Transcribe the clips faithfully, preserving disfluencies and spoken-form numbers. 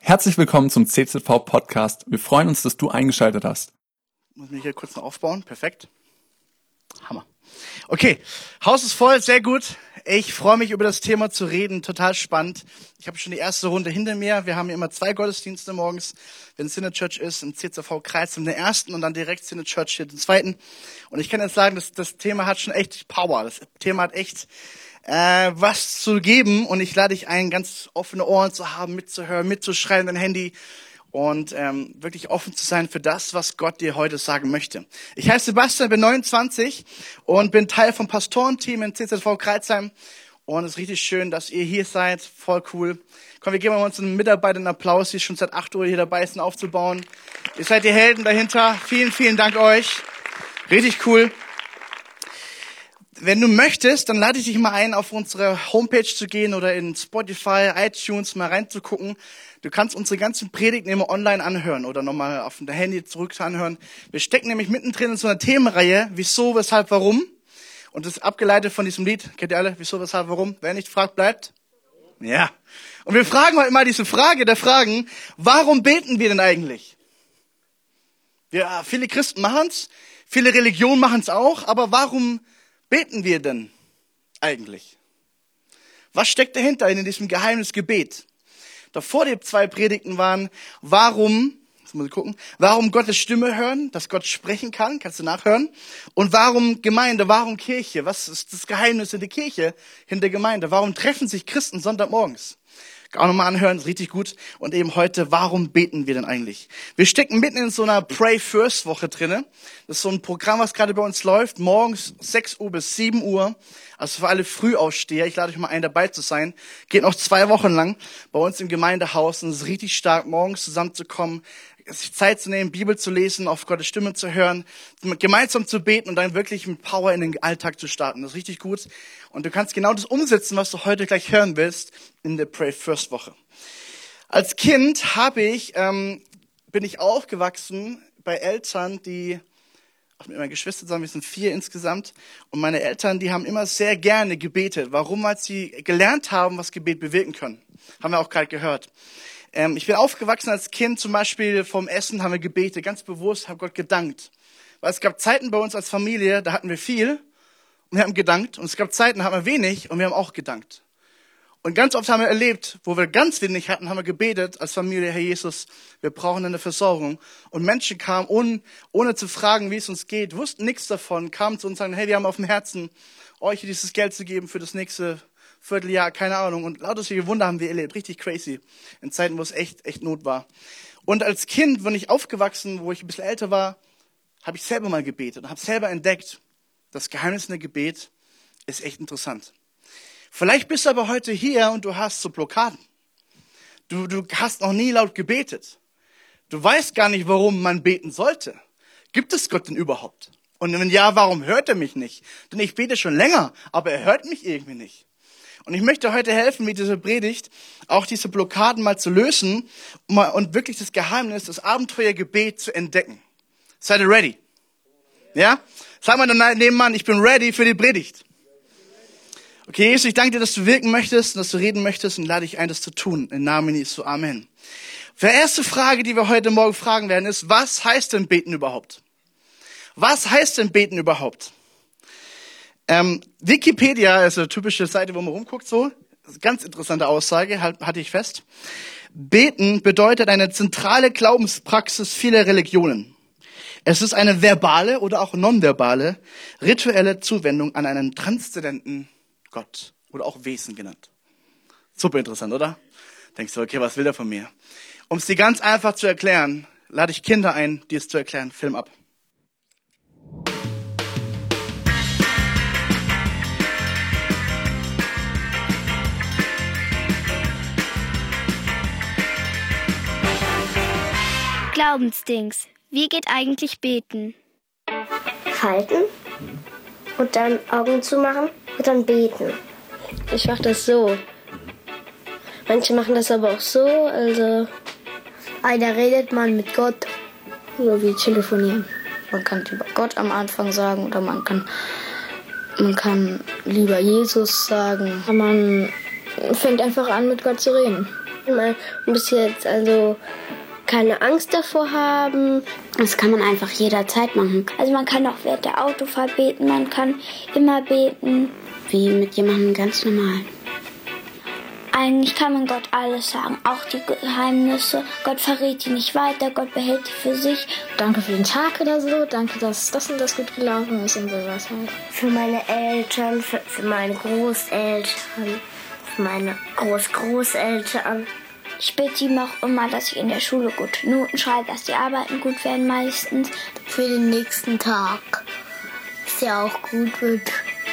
Herzlich willkommen zum C Z V-Podcast. Wir freuen uns, dass du eingeschaltet hast. Ich muss mich hier kurz noch aufbauen. Perfekt. Hammer. Okay, Haus ist voll, sehr gut. Ich freue mich, über das Thema zu reden. Total spannend. Ich habe schon die erste Runde hinter mir. Wir haben hier immer zwei Gottesdienste morgens. Wenn Cine Church ist, im C Z V-Kreis den ersten und dann direkt Cine Church hier den zweiten. Und ich kann jetzt sagen, das, das Thema hat schon echt Power. Das Thema hat echt äh, was zu geben. Und ich lade dich ein, ganz offene Ohren zu haben, mitzuhören, mitzuschreien, dein Handy. Und ähm, wirklich offen zu sein für das, was Gott dir heute sagen möchte. Ich heiße Sebastian, bin neunundzwanzig und bin Teil vom Pastorenteam in C Z V Kreuzheim. Und es ist richtig schön, dass ihr hier seid. Voll cool. Komm, wir geben mal unseren Mitarbeitern einen Applaus, die schon seit acht Uhr hier dabei sind, aufzubauen. Ihr seid die Helden dahinter. Vielen, vielen Dank euch. Richtig cool. Wenn du möchtest, dann lade ich dich mal ein, auf unsere Homepage zu gehen oder in Spotify, iTunes mal reinzugucken. Du kannst unsere ganzen Predigten immer online anhören oder nochmal auf dein Handy zurück anhören. Wir stecken nämlich mittendrin in so einer Themenreihe, wieso, weshalb, warum. Und das ist abgeleitet von diesem Lied, kennt ihr alle, wieso, weshalb, warum? Wer nicht fragt, bleibt. Ja. Und wir fragen heute mal diese Frage der Fragen, warum beten wir denn eigentlich? Ja, viele Christen machen's, viele Religionen machen's auch, aber warum beten wir denn eigentlich? Was steckt dahinter in diesem Geheimnis Gebet? Davor die zwei Predigten waren, warum, jetzt muss ich gucken, warum Gottes Stimme hören, dass Gott sprechen kann, kannst du nachhören. Und warum Gemeinde, warum Kirche? Was ist das Geheimnis in der Kirche, in der Gemeinde? Warum treffen sich Christen Sonntagmorgens? Auch nochmal anhören, ist richtig gut. Und eben heute, warum beten wir denn eigentlich? Wir stecken mitten in so einer Pray First Woche drinne. Das ist so ein Programm, was gerade bei uns läuft. Morgens sechs Uhr bis sieben Uhr. Also für alle Frühaufsteher. Ich lade euch mal ein, dabei zu sein. Geht noch zwei Wochen lang bei uns im Gemeindehaus. Und es ist richtig stark, morgens zusammenzukommen, sich Zeit zu nehmen, Bibel zu lesen, auf Gottes Stimme zu hören, gemeinsam zu beten und dann wirklich mit Power in den Alltag zu starten. Das ist richtig gut. Und du kannst genau das umsetzen, was du heute gleich hören willst, in der Pray First Woche. Als Kind habe ich, ähm, bin ich aufgewachsen bei Eltern, die, auch mit meinen Geschwistern zusammen, wir sind vier insgesamt, und meine Eltern, die haben immer sehr gerne gebetet. Warum? Weil sie gelernt haben, was Gebet bewirken können. Haben wir auch gerade gehört. Ähm, ich bin aufgewachsen als Kind, zum Beispiel vom Essen haben wir gebetet, ganz bewusst, habe Gott gedankt. Weil es gab Zeiten bei uns als Familie, da hatten wir viel und wir haben gedankt. Und es gab Zeiten, da hatten wir wenig und wir haben auch gedankt. Und ganz oft haben wir erlebt, wo wir ganz wenig hatten, haben wir gebetet als Familie, Herr Jesus, wir brauchen eine Versorgung. Und Menschen kamen, ohne, ohne zu fragen, wie es uns geht, wussten nichts davon, kamen zu uns und sagen, hey, wir haben auf dem Herzen, euch dieses Geld zu geben für das nächste Vierteljahr, keine Ahnung. Und lauter solche Wunder haben wir erlebt, richtig crazy. In Zeiten, wo es echt, echt Not war. Und als Kind, wenn ich aufgewachsen, wo ich ein bisschen älter war, habe ich selber mal gebetet und habe selber entdeckt, das Geheimnis in der Gebet ist echt interessant. Vielleicht bist du aber heute hier und du hast so Blockaden. Du, du hast noch nie laut gebetet. Du weißt gar nicht, warum man beten sollte. Gibt es Gott denn überhaupt? Und wenn ja, warum hört er mich nicht? Denn ich bete schon länger, aber er hört mich irgendwie nicht. Und ich möchte heute helfen, mit dieser Predigt auch diese Blockaden mal zu lösen und wirklich das Geheimnis, das Abenteuergebet zu entdecken. Seid ihr ready? Ja? Sag mal dann nebenan, ich bin ready für die Predigt. Okay, Jesus, ich danke dir, dass du wirken möchtest und dass du reden möchtest und lade dich ein, das zu tun. Im Namen Jesu. Amen. Die erste Frage, die wir heute Morgen fragen werden, ist, was heißt denn beten überhaupt? Was heißt denn beten überhaupt? Ähm, Wikipedia ist eine typische Seite, wo man rumguckt, so. Ganz interessante Aussage, halt, hatte ich fest. Beten bedeutet eine zentrale Glaubenspraxis vieler Religionen. Es ist eine verbale oder auch nonverbale, rituelle Zuwendung an einen transzendenten Gott oder auch Wesen genannt. Super interessant, oder? Denkst du, okay, was will der von mir? Um es dir ganz einfach zu erklären, lade ich Kinder ein, dir es zu erklären. Film ab. Glaubensdings. Wie geht eigentlich beten? Halten und dann Augen zumachen und dann beten. Ich mache das so. Manche machen das aber auch so, also Da redet man mit Gott. so wie telefonieren. Man kann lieber Gott am Anfang sagen oder man kann, man kann lieber Jesus sagen. Man fängt einfach an, mit Gott zu reden. Man muss jetzt also keine Angst davor haben. Das kann man einfach jederzeit machen. Also man kann auch während der Autofahrt beten, man kann immer beten. Wie mit jemandem ganz normal. Eigentlich kann man Gott alles sagen, auch die Geheimnisse. Gott verrät die nicht weiter, Gott behält die für sich. Danke für den Tag oder so, danke, dass das und das gut gelaufen ist und sowas halt. Für meine Eltern, für, für meine Großeltern, für meine Großgroßeltern. Ich bitte ihm auch immer, dass ich in der Schule gute Noten schreibe, dass die Arbeiten gut werden meistens. Für den nächsten Tag, dass der auch gut wird.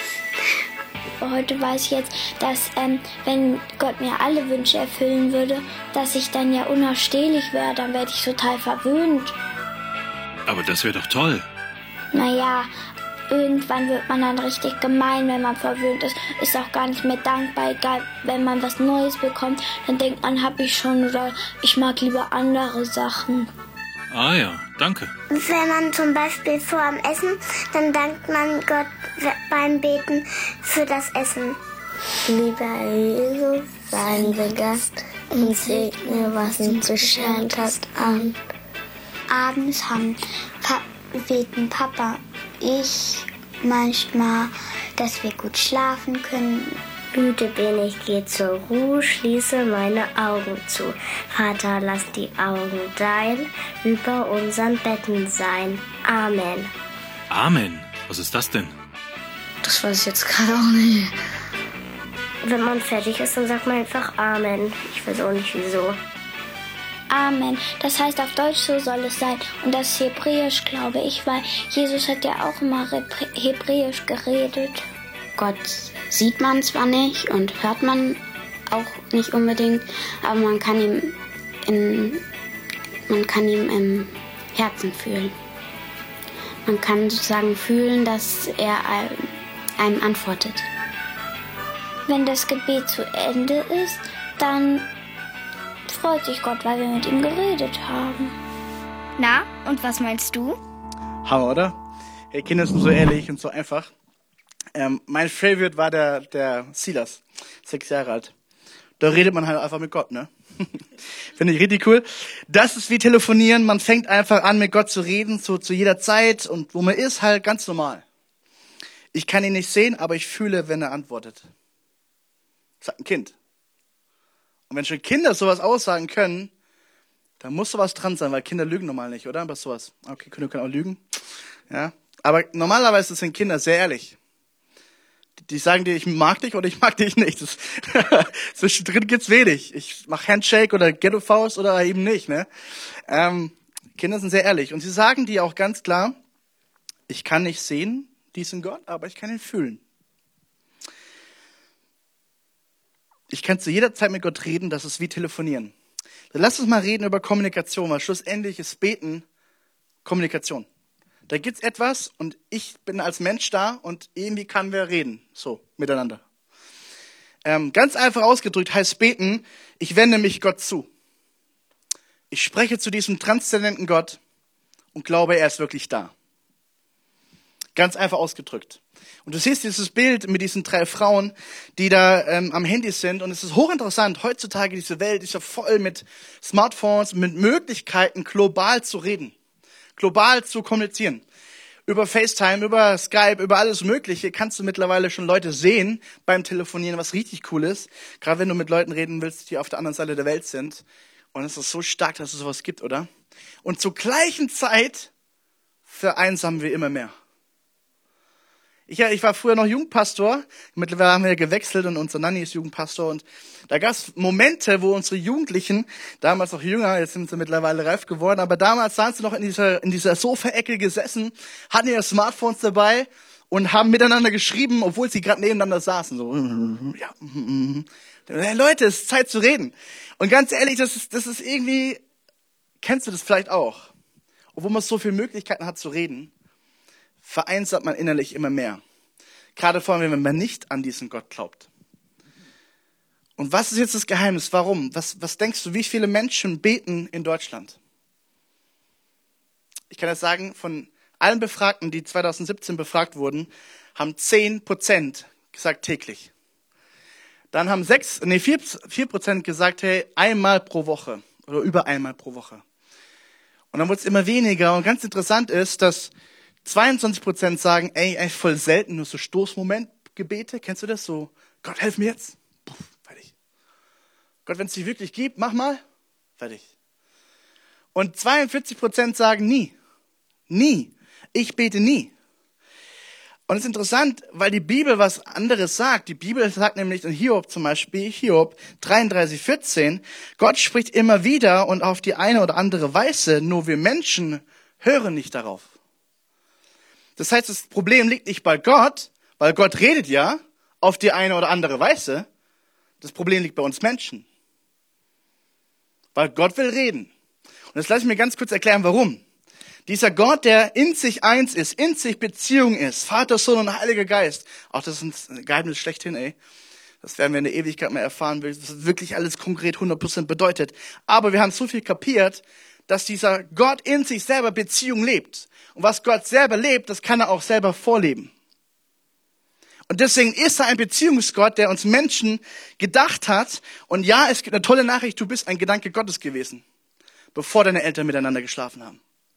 Heute weiß ich jetzt, dass ähm, wenn Gott mir alle Wünsche erfüllen würde, dass ich dann ja unausstehlich wäre, dann werde ich total verwöhnt. Aber das wäre doch toll. Naja, irgendwann wird man dann richtig gemein, wenn man verwöhnt ist. Ist auch gar nicht mehr dankbar, egal, wenn man was Neues bekommt, dann denkt man, hab ich schon oder ich mag lieber andere Sachen. Ah ja, danke. Wenn man zum Beispiel vor dem Essen, dann dankt man Gott beim Beten für das Essen. Lieber Jesus, seien wir Gast und segne, was uns beschert hast, an. Abends haben pa- beten Papa, ich manchmal, dass wir gut schlafen können. Müde bin ich, geh zur Ruhe, schließe meine Augen zu. Vater, lass die Augen dein über unseren Betten sein. Amen. Amen. Was ist das denn? Das weiß ich jetzt gerade auch nicht. Wenn man fertig ist, dann sagt man einfach Amen. Ich weiß auch nicht wieso. Amen. Das heißt auf Deutsch, so soll es sein. Und das ist Hebräisch, glaube ich, weil Jesus hat ja auch immer Hebräisch geredet. Gott sieht man zwar nicht und hört man auch nicht unbedingt, aber man kann ihm, in, man kann ihm im Herzen fühlen. Man kann sozusagen fühlen, dass er einem antwortet. Wenn das Gebet zu Ende ist, dann freut sich Gott, weil wir mit ihm geredet haben. Na, und was meinst du? Hammer, oder? Hey, Kinder sind so ehrlich und so einfach. Ähm, mein Favorite war der, der Silas, sechs Jahre alt. Da redet man halt einfach mit Gott, ne? Finde ich richtig cool. Das ist wie telefonieren. Man fängt einfach an, mit Gott zu reden, zu, zu jeder Zeit. Und wo man ist, halt ganz normal. Ich kann ihn nicht sehen, aber ich fühle, wenn er antwortet. Das sagt ein Kind. Und wenn schon Kinder sowas aussagen können, dann muss sowas dran sein, weil Kinder lügen normal nicht, oder? Was sowas? Okay, Kinder können auch lügen. Ja. Aber normalerweise sind Kinder sehr ehrlich. Die sagen dir, ich mag dich oder ich mag dich nicht. Das, zwischendrin gibt's wenig. Ich mache Handshake oder Ghetto-Faust oder eben nicht. Ne? Ähm, Kinder sind sehr ehrlich. Und sie sagen dir auch ganz klar, ich kann nicht sehen, diesen Gott, aber ich kann ihn fühlen. Ich kann zu jeder Zeit mit Gott reden, das ist wie telefonieren. Dann lass uns mal reden über Kommunikation, weil schlussendlich ist Beten Kommunikation. Da gibt's etwas und ich bin als Mensch da und irgendwie können wir reden, so, miteinander. Ähm, ganz einfach ausgedrückt heißt Beten, ich wende mich Gott zu. Ich spreche zu diesem transzendenten Gott und glaube, er ist wirklich da. Ganz einfach ausgedrückt. Und du siehst dieses Bild mit diesen drei Frauen, die da ähm, am Handy sind. Und es ist hochinteressant, heutzutage diese Welt ist ja voll mit Smartphones, mit Möglichkeiten, global zu reden. Global zu kommunizieren. Über FaceTime, über Skype, über alles Mögliche kannst du mittlerweile schon Leute sehen beim Telefonieren, was richtig cool ist. Gerade wenn du mit Leuten reden willst, die auf der anderen Seite der Welt sind. Und es ist so stark, dass es sowas gibt, oder? Und zur gleichen Zeit vereinsamen wir immer mehr. Ich, ich war früher noch Jugendpastor, mittlerweile haben wir gewechselt und unser Nanni ist Jugendpastor und da gab es Momente, wo unsere Jugendlichen, damals noch jünger, jetzt sind sie mittlerweile reif geworden, aber damals saßen sie noch in dieser, in dieser Sofaecke gesessen, hatten ihre Smartphones dabei und haben miteinander geschrieben, obwohl sie gerade nebeneinander saßen. So, ja, hey Leute, es ist Zeit zu reden. Und ganz ehrlich, das ist, das ist irgendwie, kennst du das vielleicht auch? Obwohl man so viele Möglichkeiten hat zu reden, vereinsamt man innerlich immer mehr. Gerade vor allem, wenn man nicht an diesen Gott glaubt. Und was ist jetzt das Geheimnis? Warum? Was, was denkst du, wie viele Menschen beten in Deutschland? Ich kann das sagen, von allen Befragten, die zwanzig siebzehn befragt wurden, haben zehn Prozent gesagt täglich. Dann haben sechs, nee, vier, vier Prozent gesagt, hey, einmal pro Woche oder über einmal pro Woche. Und dann wurde es immer weniger. Und ganz interessant ist, dass zweiundzwanzig Prozent sagen, ey, ey, voll selten, nur so Stoßmomentgebete. Kennst du das? So, Gott, helf mir jetzt. Puh, fertig. Gott, wenn es dich wirklich gibt, mach mal. Fertig. Und zweiundvierzig Prozent sagen nie. Nie. Ich bete nie. Und es ist interessant, weil die Bibel was anderes sagt. Die Bibel sagt nämlich in Hiob zum Beispiel, Hiob dreiunddreißig, vierzehn, Gott spricht immer wieder und auf die eine oder andere Weise, nur wir Menschen hören nicht darauf. Das heißt, das Problem liegt nicht bei Gott, weil Gott redet ja auf die eine oder andere Weise. Das Problem liegt bei uns Menschen. Weil Gott will reden. Und jetzt lasse ich mir ganz kurz erklären, warum. Dieser Gott, der in sich eins ist, in sich Beziehung ist, Vater, Sohn und Heiliger Geist. Auch das ist ein Geheimnis schlechthin, ey. Das werden wir in der Ewigkeit mal erfahren, was wirklich alles konkret hundert Prozent bedeutet. Aber wir haben so viel kapiert, dass dieser Gott in sich selber Beziehung lebt. Und was Gott selber lebt, das kann er auch selber vorleben. Und deswegen ist er ein Beziehungsgott, der uns Menschen gedacht hat. Und ja, es gibt eine tolle Nachricht, du bist ein Gedanke Gottes gewesen, bevor deine Eltern miteinander geschlafen haben.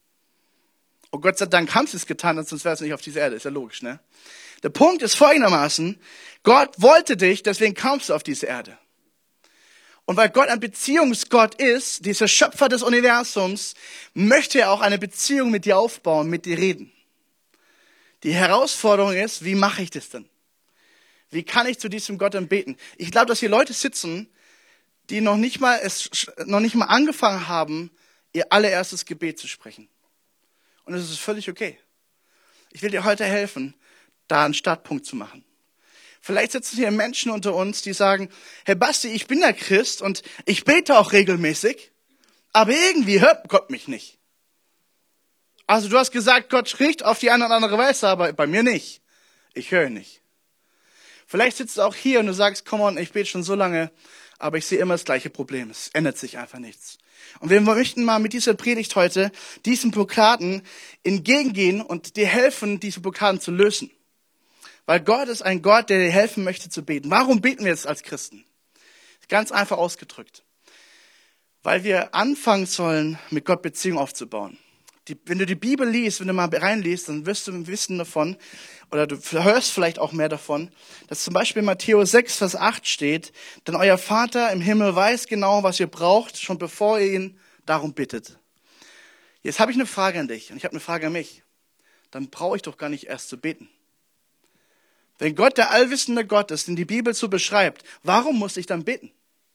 Und Gott sei Dank haben sie es getan, sonst wärst du nicht auf dieser Erde. Ist ja logisch, ne? Der Punkt ist folgendermaßen, Gott wollte dich, deswegen kamst du auf diese Erde. Und weil Gott ein Beziehungsgott ist, dieser Schöpfer des Universums, möchte er auch eine Beziehung mit dir aufbauen, mit dir reden. Die Herausforderung ist, wie mache ich das denn? Wie kann ich zu diesem Gott dann beten? Ich glaube, dass hier Leute sitzen, die noch nicht mal, es, noch nicht mal angefangen haben, ihr allererstes Gebet zu sprechen. Und es ist völlig okay. Ich will dir heute helfen, da einen Startpunkt zu machen. Vielleicht sitzen hier Menschen unter uns, die sagen, Herr Basti, ich bin ja Christ und ich bete auch regelmäßig, aber irgendwie hört Gott mich nicht. Also du hast gesagt, Gott spricht auf die eine oder andere Weise, aber bei mir nicht. Ich höre nicht. Vielleicht sitzt du auch hier und du sagst, come on, ich bete schon so lange, aber ich sehe immer das gleiche Problem. Es ändert sich einfach nichts. Und wir möchten mal mit dieser Predigt heute diesen Blockaden entgegengehen und dir helfen, diese Blockaden zu lösen. Weil Gott ist ein Gott, der dir helfen möchte zu beten. Warum beten wir jetzt als Christen? Ganz einfach ausgedrückt. Weil wir anfangen sollen, mit Gott Beziehung aufzubauen. Die, wenn du die Bibel liest, wenn du mal reinliest, dann wirst du wissen davon, oder du hörst vielleicht auch mehr davon, dass zum Beispiel in Matthäus sechs, Vers acht steht, denn euer Vater im Himmel weiß genau, was ihr braucht, schon bevor ihr ihn darum bittet. Jetzt habe ich eine Frage an dich und ich habe eine Frage an mich. Dann brauche ich doch gar nicht erst zu beten. Wenn Gott der allwissende Gott ist, den die Bibel so beschreibt, warum muss ich dann beten?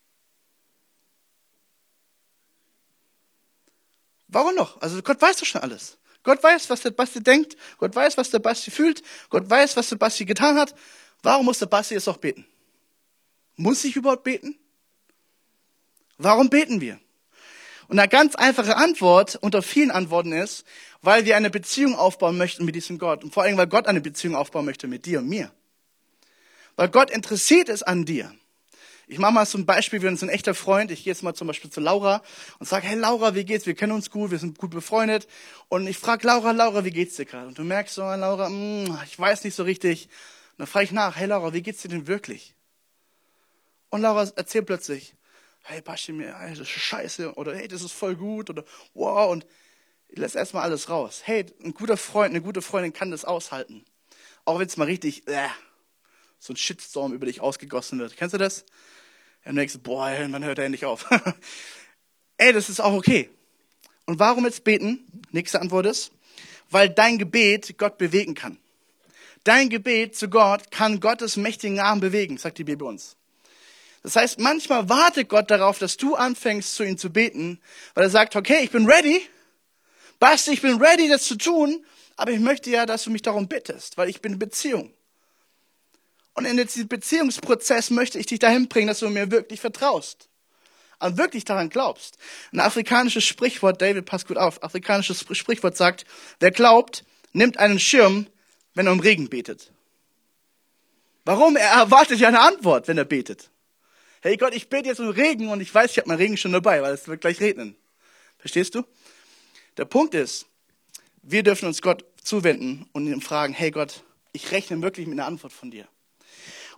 Warum noch? Also Gott weiß doch schon alles. Gott weiß, was der Basti denkt. Gott weiß, was der Basti fühlt. Gott weiß, was der Basti getan hat. Warum muss der Basti jetzt auch beten? Muss ich überhaupt beten? Warum beten wir? Und eine ganz einfache Antwort unter vielen Antworten ist, weil wir eine Beziehung aufbauen möchten mit diesem Gott. Und vor allem, weil Gott eine Beziehung aufbauen möchte mit dir und mir. Weil Gott interessiert ist an dir. Ich mache mal so ein Beispiel, wir sind ein echter Freund. Ich gehe jetzt mal zum Beispiel zu Laura und sage, hey Laura, wie geht's? Wir kennen uns gut, wir sind gut befreundet. Und ich frage Laura, Laura, wie geht's dir gerade? Und du merkst so, Laura, mh, ich weiß nicht so richtig. Und dann frage ich nach, hey Laura, wie geht's dir denn wirklich? Und Laura erzählt plötzlich, hey Basti, mir, ey, das ist scheiße. Oder hey, das ist voll gut. Oder wow. Und ich lasse erstmal alles raus. Hey, ein guter Freund, eine gute Freundin kann das aushalten. Auch wenn es mal richtig, äh, so ein Shitstorm über dich ausgegossen wird. Kennst du das? Und du denkst, boah, man hört ja nicht auf. Ey, das ist auch okay. Und warum jetzt beten? Nächste Antwort ist, weil dein Gebet Gott bewegen kann. Dein Gebet zu Gott kann Gottes mächtigen Arm bewegen, sagt die Bibel uns. Das heißt, manchmal wartet Gott darauf, dass du anfängst, zu ihm zu beten, weil er sagt, okay, ich bin ready. Basti, ich bin ready, das zu tun, aber ich möchte ja, dass du mich darum bittest, weil ich bin in Beziehung. Und in diesem Beziehungsprozess möchte ich dich dahin bringen, dass du mir wirklich vertraust. Und wirklich daran glaubst. Ein afrikanisches Sprichwort, David, pass gut auf, afrikanisches Sprichwort sagt, wer glaubt, nimmt einen Schirm, wenn er um Regen betet. Warum? Er erwartet ja eine Antwort, wenn er betet. Hey Gott, ich bete jetzt um Regen und ich weiß, ich habe meinen Regen schon dabei, weil es wird gleich regnen. Verstehst du? Der Punkt ist, wir dürfen uns Gott zuwenden und ihm fragen, hey Gott, ich rechne wirklich mit einer Antwort von dir.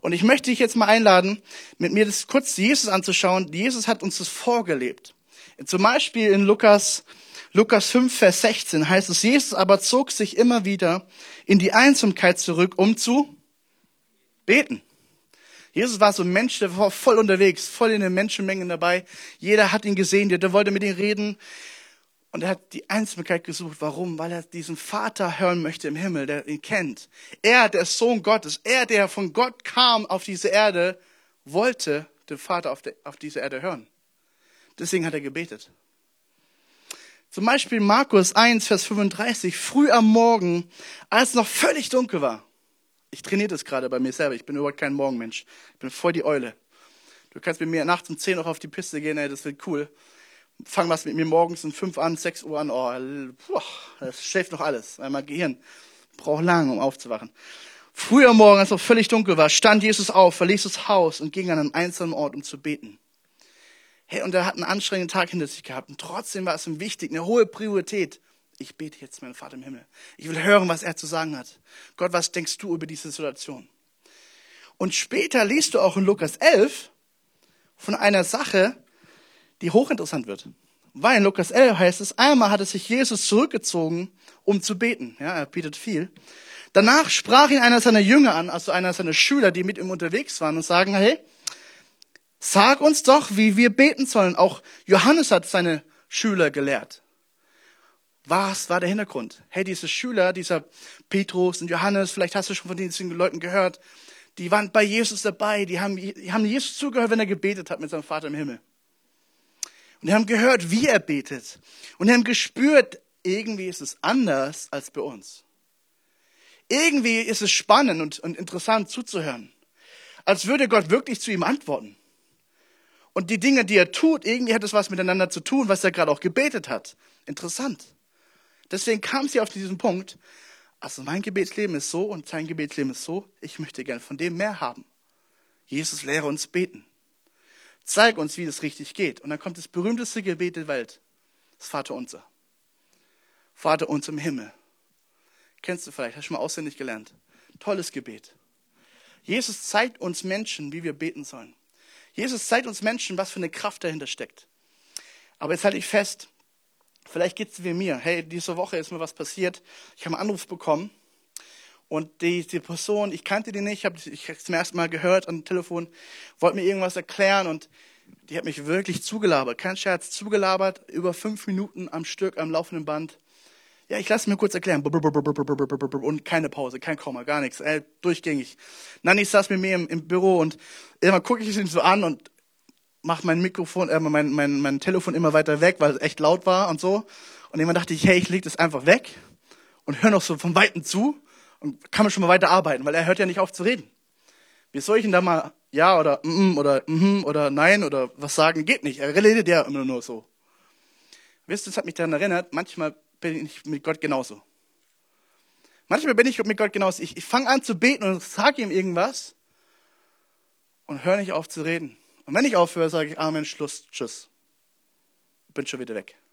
Und ich möchte dich jetzt mal einladen, mit mir das kurz Jesus anzuschauen. Jesus hat uns das vorgelebt. Zum Beispiel in Lukas, Lukas fünf, Vers sechzehn heißt es, Jesus aber zog sich immer wieder in die Einsamkeit zurück, um zu beten. Jesus war so ein Mensch, der war voll unterwegs, voll in den Menschenmengen dabei. Jeder hat ihn gesehen, der wollte mit ihm reden. Und er hat die Einsamkeit gesucht. Warum? Weil er diesen Vater hören möchte im Himmel, der ihn kennt. Er, der Sohn Gottes, er, der von Gott kam auf diese Erde, wollte den Vater auf, der, auf diese Erde hören. Deswegen hat er gebetet. Zum Beispiel Markus eins, Vers fünfunddreißig. Früh am Morgen, als es noch völlig dunkel war. Ich trainiere das gerade bei mir selber. Ich bin überhaupt kein Morgenmensch. Ich bin voll die Eule. Du kannst mit mir nachts um zehn auch auf die Piste gehen, ey, das wird cool. Fang was mit mir morgens um fünf an, sechs Uhr an. Oh, boah, das schläft noch alles. Mein Gehirn braucht lange, um aufzuwachen. Früh am Morgen, als es noch völlig dunkel war, stand Jesus auf, verließ das Haus und ging an einen einsamen Ort, um zu beten. Hey, und er hat einen anstrengenden Tag hinter sich gehabt. Und trotzdem war es ihm wichtig, eine hohe Priorität. Ich bete jetzt zu meinem Vater im Himmel. Ich will hören, was er zu sagen hat. Gott, was denkst du über diese Situation? Und später liest du auch in Lukas elf von einer Sache, die hochinteressant wird. Weil in Lukas elf heißt es, einmal hatte sich Jesus zurückgezogen, um zu beten. Ja, er betet viel. Danach sprach ihn einer seiner Jünger an, also einer seiner Schüler, die mit ihm unterwegs waren und sagen, hey, sag uns doch, wie wir beten sollen. Auch Johannes hat seine Schüler gelehrt. Was war der Hintergrund? Hey, diese Schüler, dieser Petrus und Johannes, vielleicht hast du schon von diesen Leuten gehört, die waren bei Jesus dabei, die haben, die haben Jesus zugehört, wenn er gebetet hat mit seinem Vater im Himmel. Und die haben gehört, wie er betet. Und die haben gespürt, irgendwie ist es anders als bei uns. Irgendwie ist es spannend und, und interessant zuzuhören. Als würde Gott wirklich zu ihm antworten. Und die Dinge, die er tut, irgendwie hat es was miteinander zu tun, was er gerade auch gebetet hat. Interessant. Deswegen kam sie auf diesen Punkt, also mein Gebetsleben ist so und sein Gebetsleben ist so, ich möchte gern von dem mehr haben. Jesus, lehre uns beten. Zeig uns, wie das richtig geht. Und dann kommt das berühmteste Gebet der Welt, das Vaterunser. Vater uns im Himmel. Kennst du vielleicht, hast du schon mal auswendig gelernt. Tolles Gebet. Jesus zeigt uns Menschen, wie wir beten sollen. Jesus zeigt uns Menschen, was für eine Kraft dahinter steckt. Aber jetzt halte ich fest, vielleicht geht es wie mir. Hey, diese Woche ist mir was passiert. Ich habe einen Anruf bekommen. Und die, die Person, ich kannte die nicht, habe ich habe zum ersten Mal gehört am Telefon, wollte mir irgendwas erklären und die hat mich wirklich zugelabert. Kein Scherz, zugelabert, über fünf Minuten am Stück, am laufenden Band. Ja, ich lasse mir kurz erklären. Und keine Pause, kein Komma, gar nichts. Äh, durchgängig. Nanni saß mit mir im, im Büro und immer gucke ich ihn so an und mache mein Mikrofon, äh, mein, mein, mein Telefon immer weiter weg, weil es echt laut war und so. Und irgendwann dachte ich, hey, ich leg das einfach weg und höre noch so von Weitem zu und kann man schon mal weiter arbeiten, weil er hört ja nicht auf zu reden. Wie soll ich denn da mal ja oder mm oder mhm oder nein oder was sagen? Geht nicht. Er redet ja immer nur so. Wisst ihr, das hat mich daran erinnert, manchmal bin ich mit Gott genauso. Manchmal bin ich mit Gott genauso. Ich, ich fange an zu beten und sage ihm irgendwas und höre nicht auf zu reden. Und wenn ich aufhöre, sage ich Amen, Schluss, Tschüss. Bin schon wieder weg.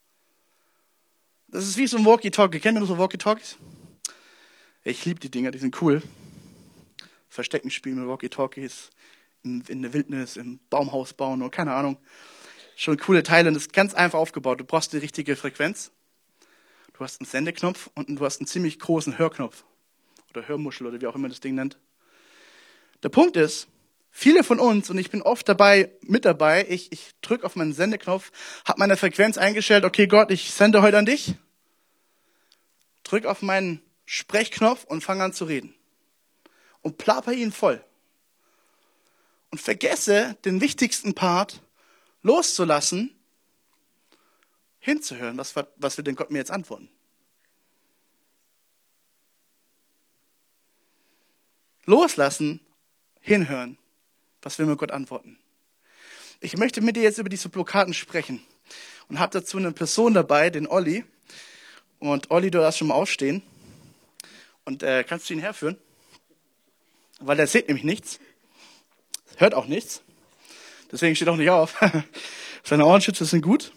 Das ist wie so ein Walkie-Talkie. Kennt ihr so Walkie-Talkies? Ich liebe die Dinger, die sind cool. Verstecken spielen mit Walkie-Talkies, in, in der Wildnis, im Baumhaus bauen oder keine Ahnung. Schon coole Teile und das ist ganz einfach aufgebaut. Du brauchst die richtige Frequenz. Du hast einen Sendeknopf und du hast einen ziemlich großen Hörknopf. Oder Hörmuschel oder wie auch immer das Ding nennt. Der Punkt ist, viele von uns, und ich bin oft dabei, mit dabei, ich, ich drücke auf meinen Sendeknopf, habe meine Frequenz eingestellt, okay Gott, ich sende heute an dich. Drück auf meinen Sprechknopf und fange an zu reden. Und plaper ihn voll. Und vergesse den wichtigsten Part loszulassen, hinzuhören, was, was will denn Gott mir jetzt antworten? Loslassen, hinhören, was will mir Gott antworten? Ich möchte mit dir jetzt über diese Blockaden sprechen und habe dazu eine Person dabei, den Olli. Und Olli, du darfst schon mal aufstehen. Und äh, kannst du ihn herführen? Weil der sieht nämlich nichts, hört auch nichts. Deswegen steht auch nicht auf. Seine Ohrenschützer sind gut.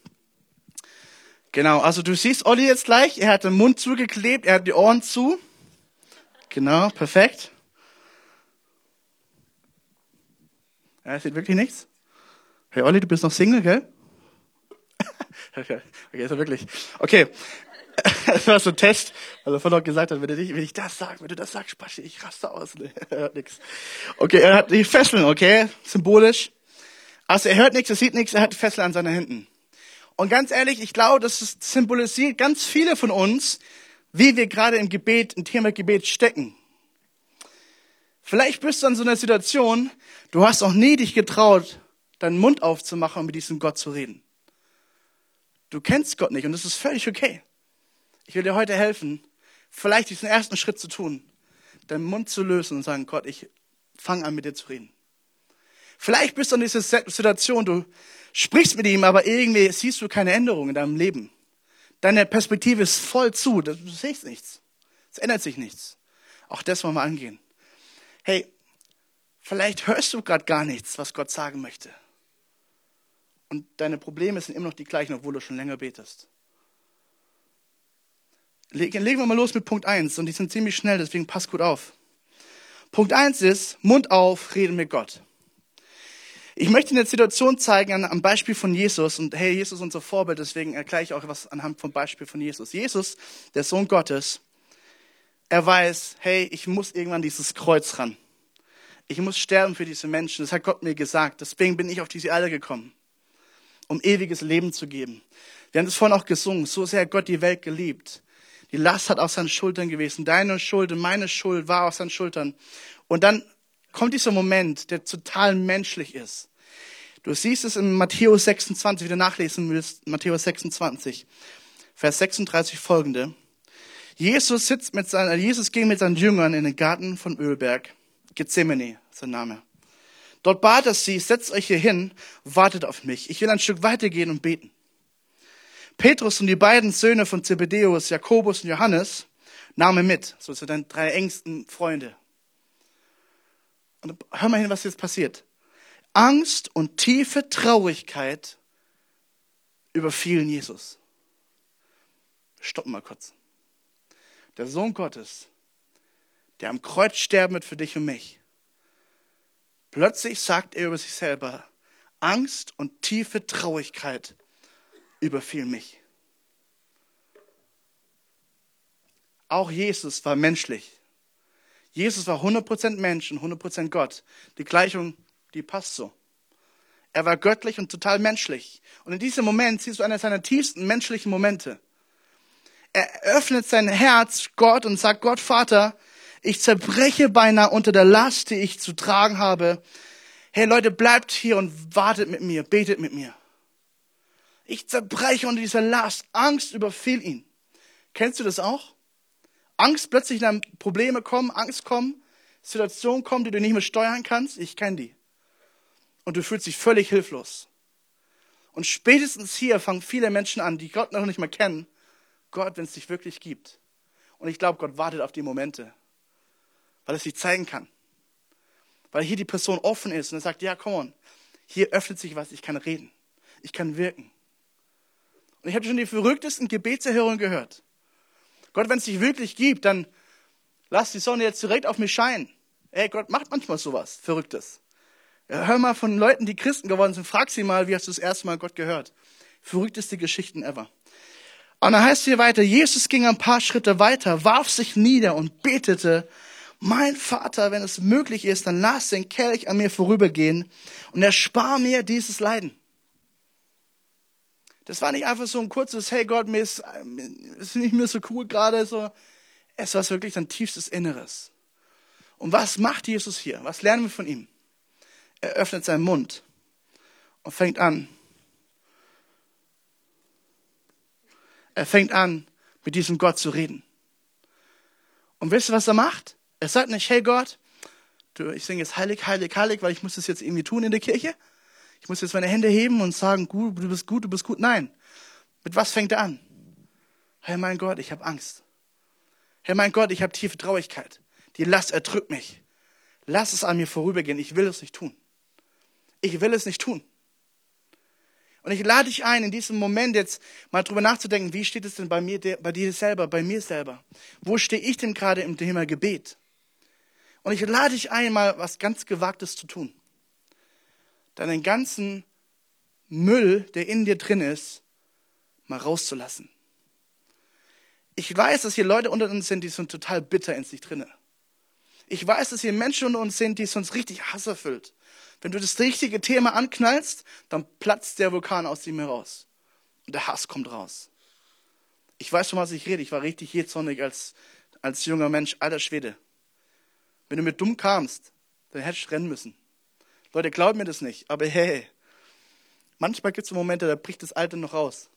Genau, also du siehst Olli jetzt gleich. Er hat den Mund zugeklebt, er hat die Ohren zu. Genau, perfekt. Ja, es sieht wirklich nichts. Hey Olli, du bist noch Single, gell? Okay, okay, ist er wirklich. Okay, das war so ein Test, weil er vorhin noch gesagt hat, wenn, dich, wenn ich das sage, wenn du das sagst, Spaschi, ich raste aus. Nee, er hört nichts. Okay, er hat die Fesseln, okay, symbolisch. Also er hört nichts, er sieht nichts, er hat Fesseln an seinen Händen. Und ganz ehrlich, ich glaube, das symbolisiert ganz viele von uns, wie wir gerade im Gebet, im Thema Gebet stecken. Vielleicht bist du in so einer Situation, du hast auch nie dich getraut, deinen Mund aufzumachen und mit diesem Gott zu reden. Du kennst Gott nicht und das ist völlig okay. Ich will dir heute helfen, vielleicht diesen ersten Schritt zu tun, deinen Mund zu lösen und sagen, Gott, ich fange an, mit dir zu reden. Vielleicht bist du in dieser Situation, du sprichst mit ihm, aber irgendwie siehst du keine Änderung in deinem Leben. Deine Perspektive ist voll zu, du siehst nichts. Es ändert sich nichts. Auch das wollen wir angehen. Hey, vielleicht hörst du gerade gar nichts, was Gott sagen möchte. Und deine Probleme sind immer noch die gleichen, obwohl du schon länger betest. Legen wir mal los mit Punkt eins und die sind ziemlich schnell, deswegen passt gut auf. Punkt eins ist, Mund auf, reden mit Gott. Ich möchte eine Situation zeigen am Beispiel von Jesus und hey, Jesus ist unser Vorbild, deswegen erkläre ich auch was anhand vom Beispiel von Jesus. Jesus, der Sohn Gottes, er weiß, hey, ich muss irgendwann dieses Kreuz ran. Ich muss sterben für diese Menschen, das hat Gott mir gesagt, deswegen bin ich auf diese Erde gekommen, um ewiges Leben zu geben. Wir haben das vorhin auch gesungen, so sehr hat Gott die Welt geliebt. Die Last hat auf seinen Schultern gewesen. Deine Schuld und meine Schuld war auf seinen Schultern. Und dann kommt dieser Moment, der total menschlich ist. Du siehst es in Matthäus sechsundzwanzig, wie du nachlesen willst, Matthäus sechsundzwanzig, Vers sechsunddreißig folgende. Jesus sitzt mit seinen, Jesus ging mit seinen Jüngern in den Garten von Ölberg. Gethsemane, sein Name. Dort bat er sie, setzt euch hier hin, wartet auf mich. Ich will ein Stück weitergehen und beten. Petrus und die beiden Söhne von Zebedäus, Jakobus und Johannes, nahmen mit. So sind dann drei engsten Freunde. Und hör mal hin, was jetzt passiert. Angst und tiefe Traurigkeit überfielen Jesus. Stoppen mal kurz. Der Sohn Gottes, der am Kreuz sterben wird für dich und mich. Plötzlich sagt er über sich selber, Angst und tiefe Traurigkeit überfiel mich. Auch Jesus war menschlich. Jesus war hundert Prozent Mensch und hundert Prozent Gott. Die Gleichung, die passt so. Er war göttlich und total menschlich. Und in diesem Moment siehst du einer seiner tiefsten menschlichen Momente. Er öffnet sein Herz Gott und sagt, Gott, Vater, ich zerbreche beinahe unter der Last, die ich zu tragen habe. Hey Leute, bleibt hier und wartet mit mir, betet mit mir. Ich zerbreche unter dieser Last. Angst überfiel ihn. Kennst du das auch? Angst, plötzlich dann Probleme kommen, Angst kommen, Situationen kommen, die du nicht mehr steuern kannst. Ich kenne die. Und du fühlst dich völlig hilflos. Und spätestens hier fangen viele Menschen an, die Gott noch nicht mal kennen. Gott, wenn es dich wirklich gibt. Und ich glaube, Gott wartet auf die Momente, weil er sich zeigen kann. Weil hier die Person offen ist und er sagt, ja, come on, hier öffnet sich was, ich kann reden, ich kann wirken. Und ich habe schon die verrücktesten Gebetserhörungen gehört. Gott, wenn es dich wirklich gibt, dann lass die Sonne jetzt direkt auf mich scheinen. Ey, Gott macht manchmal sowas Verrücktes. Ja, hör mal von Leuten, die Christen geworden sind, frag sie mal, wie hast du das erste Mal Gott gehört? Verrückteste Geschichten ever. Und dann heißt es hier weiter, Jesus ging ein paar Schritte weiter, warf sich nieder und betete, mein Vater, wenn es möglich ist, dann lass den Kelch an mir vorübergehen und erspar mir dieses Leiden. Das war nicht einfach so ein kurzes, hey Gott, mir ist, ist nicht mehr so cool gerade. So. Es war wirklich sein tiefstes Inneres. Und was macht Jesus hier? Was lernen wir von ihm? Er öffnet seinen Mund und fängt an. Er fängt an, mit diesem Gott zu reden. Und wisst ihr, was er macht? Er sagt nicht, hey Gott, du, ich singe jetzt heilig, heilig, heilig, weil ich muss das jetzt irgendwie tun in der Kirche. Ich muss jetzt meine Hände heben und sagen, du bist gut, du bist gut. Nein. Mit was fängt er an? Herr mein Gott, ich habe Angst. Herr mein Gott, ich habe tiefe Traurigkeit. Die Last erdrückt mich. Lass es an mir vorübergehen. Ich will es nicht tun. Ich will es nicht tun. Und ich lade dich ein, in diesem Moment jetzt mal drüber nachzudenken, wie steht es denn bei mir, bei dir selber, bei mir selber? Wo stehe ich denn gerade im Thema Gebet? Und ich lade dich ein, mal was ganz Gewagtes zu tun. deinen ganzen Müll, der in dir drin ist, mal rauszulassen. Ich weiß, dass hier Leute unter uns sind, die sind total bitter in sich drinne. Ich weiß, dass hier Menschen unter uns sind, die sonst richtig Hass erfüllt. Wenn du das richtige Thema anknallst, dann platzt der Vulkan aus ihm heraus. Und der Hass kommt raus. Ich weiß, von was ich rede. Ich war richtig jähzornig als, als junger Mensch. Alter Schwede. Wenn du mir dumm kamst, dann hättest du rennen müssen. Leute, glaubt mir das nicht. Aber hey, manchmal gibt es Momente, da bricht das Alte noch raus.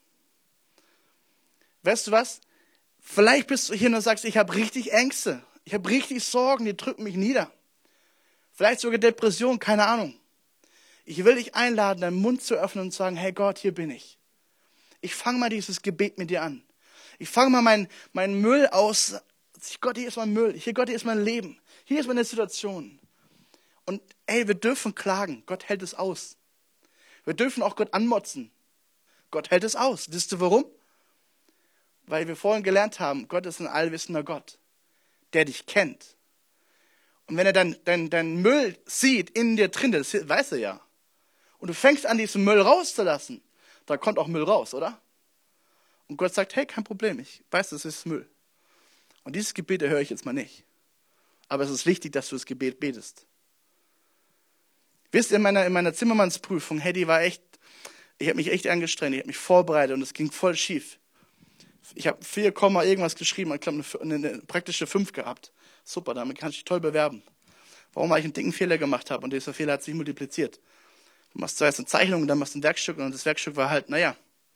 Weißt du was? Vielleicht bist du hier und sagst, ich habe richtig Ängste. Ich habe richtig Sorgen, die drücken mich nieder. Vielleicht sogar Depression, keine Ahnung. Ich will dich einladen, deinen Mund zu öffnen und zu sagen, hey Gott, hier bin ich. Ich fange mal dieses Gebet mit dir an. Ich fange mal meinen mein Müll aus. Gott, hier ist mein Müll. Hier, Gott, hier ist mein Leben. Hier ist meine Situation. Und ey, wir dürfen klagen. Gott hält es aus. Wir dürfen auch Gott anmotzen. Gott hält es aus. Wisst ihr warum? Weil wir vorhin gelernt haben, Gott ist ein allwissender Gott, der dich kennt. Und wenn er deinen dein, dein Müll sieht in dir drin, das weiß er ja. Und du fängst an, diesen Müll rauszulassen, da kommt auch Müll raus, oder? Und Gott sagt, hey, kein Problem, ich weiß, das ist Müll. Und dieses Gebet höre ich jetzt mal nicht. Aber es ist wichtig, dass du das Gebet betest. Wisst ihr, in meiner, in meiner Zimmermannsprüfung, hey, die war echt, ich habe mich echt angestrengt, ich habe mich vorbereitet und es ging voll schief. Ich habe vier Komma irgendwas geschrieben, ich glaube eine, eine, eine praktische fünf gehabt. Super, damit kann ich dich toll bewerben. Warum? Weil ich einen dicken Fehler gemacht habe und dieser Fehler hat sich multipliziert. Du machst zuerst eine Zeichnung und dann machst du ein Werkstück und das Werkstück war halt, naja,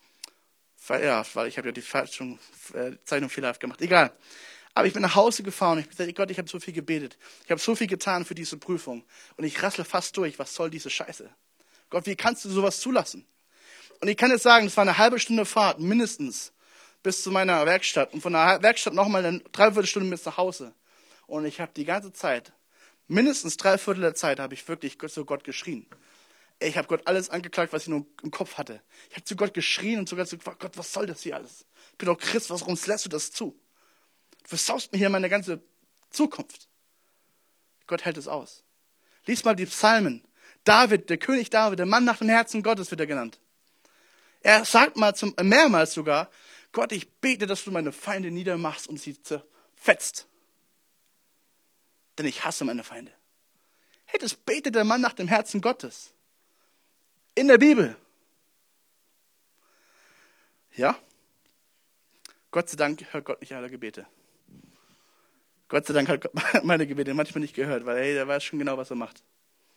ja, weil ich habe ja die falsche äh, Zeichnung fehlerhaft gemacht. Egal. Aber ich bin nach Hause gefahren und ich habe gesagt, Gott, ich habe so viel gebetet. Ich habe so viel getan für diese Prüfung. Und ich rassle fast durch. Was soll diese Scheiße? Gott, wie kannst du sowas zulassen? Und ich kann jetzt sagen, es war eine halbe Stunde Fahrt, mindestens, bis zu meiner Werkstatt. Und von der Werkstatt nochmal eine Dreiviertelstunde bis nach Hause. Und ich habe die ganze Zeit, mindestens drei Viertel der Zeit, habe ich wirklich zu Gott geschrien. Ich habe Gott alles angeklagt, was ich nur im Kopf hatte. Ich habe zu Gott geschrien und sogar zu Gott, Gott, was soll das hier alles? Ich bin doch Christ, warum lässt du das zu? Du versaust mir hier meine ganze Zukunft. Gott hält es aus. Lies mal die Psalmen. David, der König David, der Mann nach dem Herzen Gottes wird er genannt. Er sagt mal zum, mehrmals sogar, Gott, ich bete, dass du meine Feinde niedermachst und sie zerfetzt. Denn ich hasse meine Feinde. Hey, das betet der Mann nach dem Herzen Gottes. In der Bibel. Ja? Gott sei Dank hört Gott nicht alle Gebete. Gott sei Dank hat Gott meine Gebete manchmal nicht gehört, weil hey, der weiß schon genau, was er macht.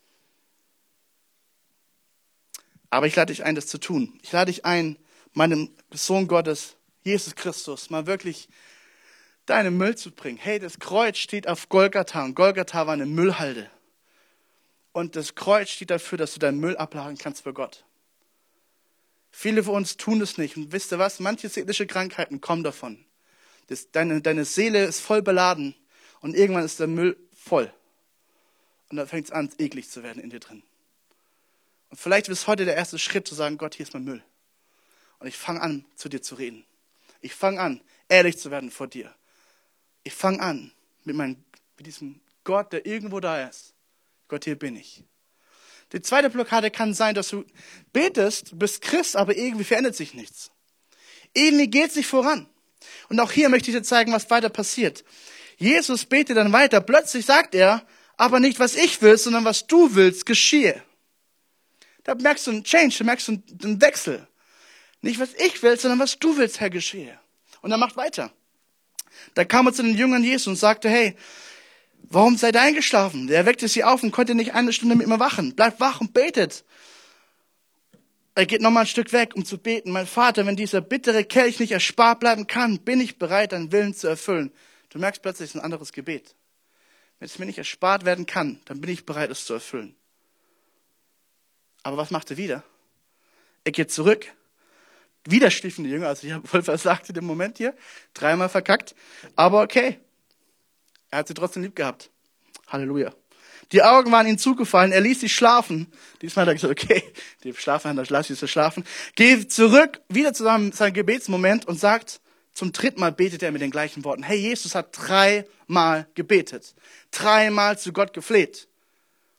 Aber ich lade dich ein, das zu tun. Ich lade dich ein, meinem Sohn Gottes, Jesus Christus, mal wirklich deinen Müll zu bringen. Hey, das Kreuz steht auf Golgatha und Golgatha war eine Müllhalde. Und das Kreuz steht dafür, dass du deinen Müll abladen kannst für Gott. Viele von uns tun das nicht. Und wisst ihr was? Manche seelische Krankheiten kommen davon. Das, deine, deine Seele ist voll beladen und irgendwann ist der Müll voll. Und dann fängt es an, eklig zu werden in dir drin. Und vielleicht ist heute der erste Schritt zu sagen, Gott, hier ist mein Müll. Und ich fange an, zu dir zu reden. Ich fange an, ehrlich zu werden vor dir. Ich fange an mit, meinem, mit diesem Gott, der irgendwo da ist. Gott, hier bin ich. Die zweite Blockade kann sein, dass du betest, du bist Christ, aber irgendwie verändert sich nichts. Irgendwie geht es nicht voran. Und auch hier möchte ich dir zeigen, was weiter passiert. Jesus betet dann weiter. Plötzlich sagt er, aber nicht, was ich will, sondern was du willst, geschehe. Da merkst du einen Change, da merkst du einen Wechsel. Nicht, was ich will, sondern was du willst, Herr, geschehe. Und er macht weiter. Da kam er zu den Jüngern Jesus und sagte, hey, warum seid ihr eingeschlafen? Er weckte sie auf und konnte nicht eine Stunde mit mir wachen. Bleibt wach und betet. Er geht nochmal ein Stück weg, um zu beten. Mein Vater, wenn dieser bittere Kelch nicht erspart bleiben kann, bin ich bereit, deinen Willen zu erfüllen. Du merkst plötzlich, es ist ein anderes Gebet. Wenn es mir nicht erspart werden kann, dann bin ich bereit, es zu erfüllen. Aber was macht er wieder? Er geht zurück. Wieder schliefen die Jünger. Also ich habe voll versagt in dem Moment hier. Dreimal verkackt. Aber okay. Er hat sie trotzdem lieb gehabt. Halleluja. Die Augen waren ihm zugefallen. Er ließ sie schlafen. Diesmal hat er gesagt, okay, die schlafen, dann lass sie schlafen. Geht zurück, wieder zu seinem, seinem Gebetsmoment und sagt, zum dritten Mal betet er mit den gleichen Worten. Hey, Jesus hat dreimal gebetet. Dreimal zu Gott gefleht.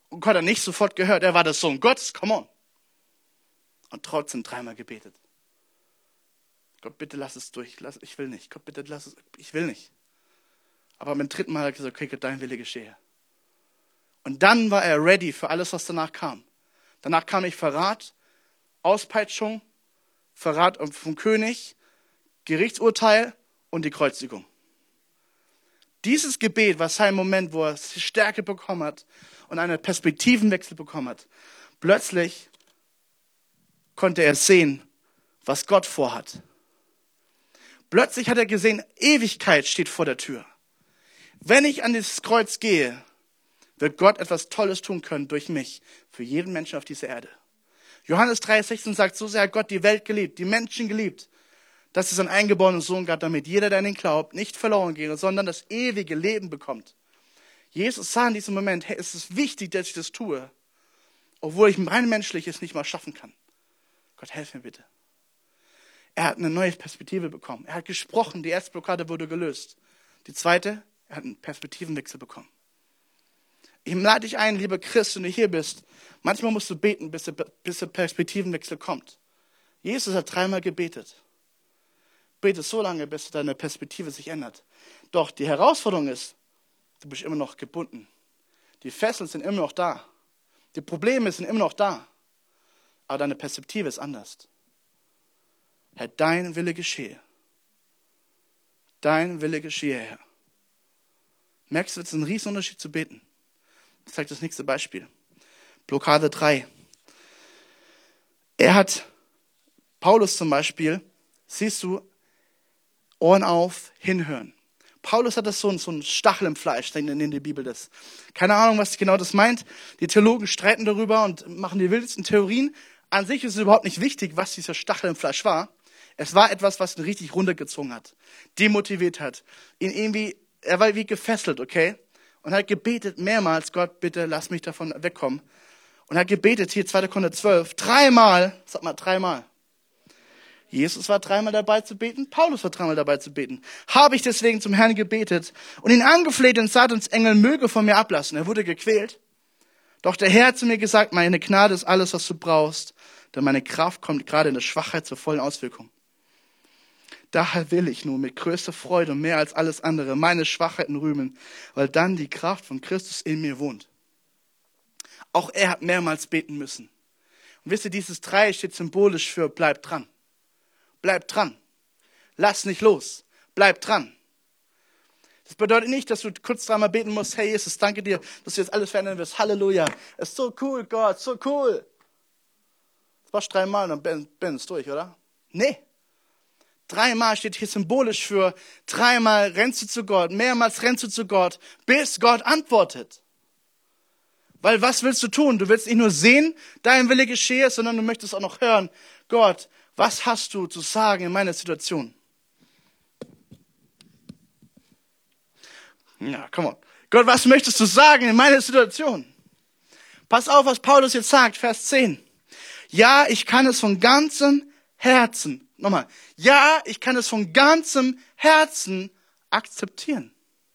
Und Gott hat nicht sofort gehört, er war der Sohn Gottes, come on. Und trotzdem dreimal gebetet. Gott, bitte lass es durch, lass, ich will nicht. Gott, bitte lass es, ich will nicht. Aber beim dritten Mal hat er gesagt, okay, Gott, dein Wille geschehe. Und dann war er ready für alles, was danach kam. Danach kam nicht Verrat, Auspeitschung, Verrat vom König, Gerichtsurteil und die Kreuzigung. Dieses Gebet war sein Moment, wo er Stärke bekommen hat und einen Perspektivenwechsel bekommen hat. Plötzlich konnte er sehen, was Gott vorhat. Plötzlich hat er gesehen, Ewigkeit steht vor der Tür. Wenn ich an dieses Kreuz gehe, wird Gott etwas Tolles tun können durch mich, für jeden Menschen auf dieser Erde. Johannes drei sechzehn sagt, so sehr hat Gott die Welt geliebt, die Menschen geliebt, dass es einen eingeborenen Sohn gab, damit jeder, der an ihn glaubt, nicht verloren gehe, sondern das ewige Leben bekommt. Jesus sah in diesem Moment, hey, es ist wichtig, dass ich das tue, obwohl ich mein Menschliches nicht mal schaffen kann. Gott, helf mir bitte. Er hat eine neue Perspektive bekommen. Er hat gesprochen, die erste Blockade wurde gelöst. Die zweite, er hat einen Perspektivenwechsel bekommen. Ich lade dich ein, lieber Christ, wenn du hier bist. Manchmal musst du beten, bis der, bis der Perspektivenwechsel kommt. Jesus hat dreimal gebetet. Bete so lange, bis deine Perspektive sich ändert. Doch die Herausforderung ist, du bist immer noch gebunden. Die Fesseln sind immer noch da. Die Probleme sind immer noch da. Aber deine Perspektive ist anders. Herr, dein Wille geschehe. Dein Wille geschehe, Herr. Merkst du, es ist ein Riesenunterschied zu beten. Ich zeige das nächste Beispiel. Blockade drei. Er hat, Paulus zum Beispiel, siehst du, Ohren auf, hinhören. Paulus hat das so, so ein Stachel im Fleisch, in der Bibel das. Keine Ahnung, was genau das meint. Die Theologen streiten darüber und machen die wildesten Theorien. An sich ist es überhaupt nicht wichtig, was dieser Stachel im Fleisch war. Es war etwas, was ihn richtig runtergezogen hat, demotiviert hat, ihn irgendwie, er war wie gefesselt, okay? Und hat gebetet mehrmals, Gott, bitte lass mich davon wegkommen. Und hat gebetet, hier zweiter Korinther zwölf, dreimal, sag mal dreimal. Jesus war dreimal dabei zu beten, Paulus war dreimal dabei zu beten. Habe ich deswegen zum Herrn gebetet und ihn angefleht, den Satansengel möge von mir ablassen. Er wurde gequält. Doch der Herr hat zu mir gesagt, meine Gnade ist alles, was du brauchst, denn meine Kraft kommt gerade in der Schwachheit zur vollen Auswirkung. Daher will ich nun mit größter Freude und mehr als alles andere meine Schwachheiten rühmen, weil dann die Kraft von Christus in mir wohnt. Auch er hat mehrmals beten müssen. Und wisst ihr, dieses drei steht symbolisch für bleib dran. Bleib dran. Lass nicht los. Bleib dran. Das bedeutet nicht, dass du kurz dreimal beten musst, hey Jesus, danke dir, dass du jetzt alles verändern wirst. Halleluja. Es ist so cool, Gott, so cool. Das warst dreimal und dann bin ich durch, oder? Nee. Dreimal steht hier symbolisch für dreimal rennst du zu Gott, mehrmals rennst du zu Gott, bis Gott antwortet. Weil was willst du tun? Du willst nicht nur sehen, dein Wille geschehe, sondern du möchtest auch noch hören, Gott, was hast du zu sagen in meiner Situation? Ja, come on. Gott, was möchtest du sagen in meiner Situation? Pass auf, was Paulus jetzt sagt, Vers zehn. Ja, ich kann es von ganzem Herzen, nochmal, ja, ich kann es von ganzem Herzen akzeptieren.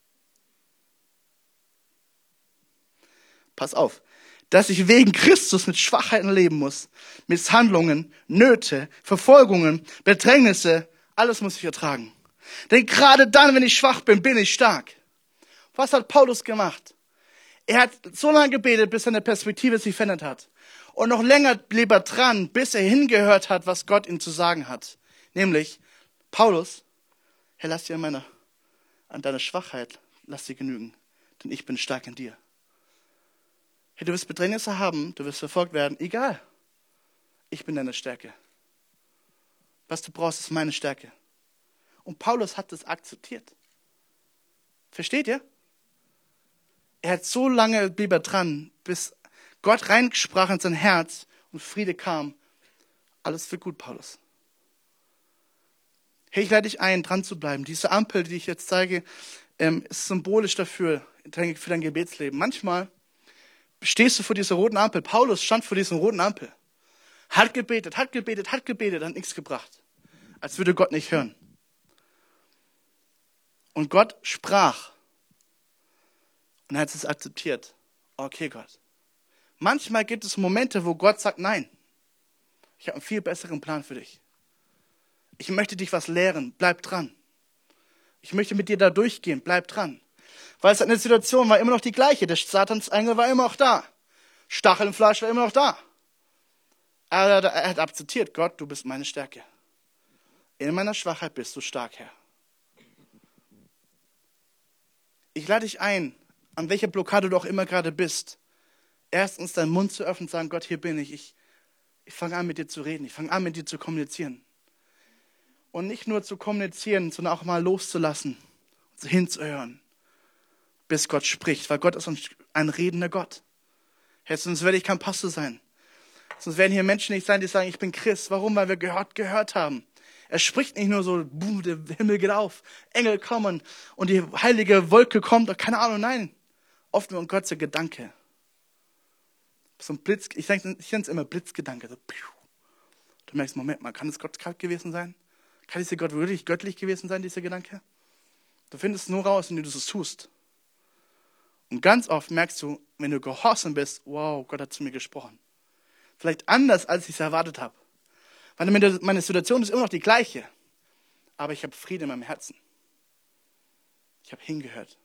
Pass auf, dass ich wegen Christus mit Schwachheiten leben muss, Misshandlungen, Nöte, Verfolgungen, Bedrängnisse, alles muss ich ertragen. Denn gerade dann, wenn ich schwach bin, bin ich stark. Was hat Paulus gemacht? Er hat so lange gebetet, bis seine Perspektive sich verändert hat. Und noch länger blieb er dran, bis er hingehört hat, was Gott ihm zu sagen hat. Nämlich, Paulus, Herr, lass dir an, meiner, an deiner Schwachheit, lass dir genügen, denn ich bin stark in dir. Hey, du wirst Bedrängnisse haben, du wirst verfolgt werden, egal. Ich bin deine Stärke. Was du brauchst, ist meine Stärke. Und Paulus hat das akzeptiert. Versteht ihr? Er hat so lange blieb er dran, bis Gott reinsprach in sein Herz und Friede kam. Alles wird gut, Paulus. Hey, ich lade dich ein, dran zu bleiben. Diese Ampel, die ich jetzt zeige, ähm, ist symbolisch dafür, für dein Gebetsleben. Manchmal stehst du vor dieser roten Ampel. Paulus stand vor dieser roten Ampel. Hat gebetet, hat gebetet, hat gebetet, hat nichts gebracht. Als würde Gott nicht hören. Und Gott sprach. Und er hat es akzeptiert. Okay, Gott. Manchmal gibt es Momente, wo Gott sagt, nein, ich habe einen viel besseren Plan für dich. Ich möchte dich was lehren, bleib dran. Ich möchte mit dir da durchgehen, bleib dran. Weil es eine Situation war immer noch die gleiche. Der Satansengel war immer noch da. Stachel im Fleisch war immer noch da. Aber er hat akzeptiert, Gott, du bist meine Stärke. In meiner Schwachheit bist du stark, Herr. Ich lade dich ein, an welcher Blockade du auch immer gerade bist, erstens deinen Mund zu öffnen und sagen, Gott, hier bin ich. Ich, ich fange an, mit dir zu reden. Ich fange an, mit dir zu kommunizieren. Und nicht nur zu kommunizieren, sondern auch mal loszulassen, hinzuhören, bis Gott spricht. Weil Gott ist ein redender Gott. Hey, sonst werde ich kein Pastor sein. Sonst werden hier Menschen nicht sein, die sagen, ich bin Christ. Warum? Weil wir gehört, gehört haben. Er spricht nicht nur so, boom, der Himmel geht auf, Engel kommen und die heilige Wolke kommt, keine Ahnung, nein. Oft nur ein Gottes Gedanke. So ein Blitz, ich, denke, ich nenne es immer Blitzgedanke. So, du merkst, Moment mal, kann es Gott gewesen sein? Kann dieser Gott wirklich göttlich gewesen sein, dieser Gedanke? Du findest es nur raus, wenn du das tust. Und ganz oft merkst du, wenn du gehorsam bist, wow, Gott hat zu mir gesprochen. Vielleicht anders, als ich es erwartet habe. Weil meine Situation ist immer noch die gleiche. Aber ich habe Frieden in meinem Herzen. Ich habe hingehört.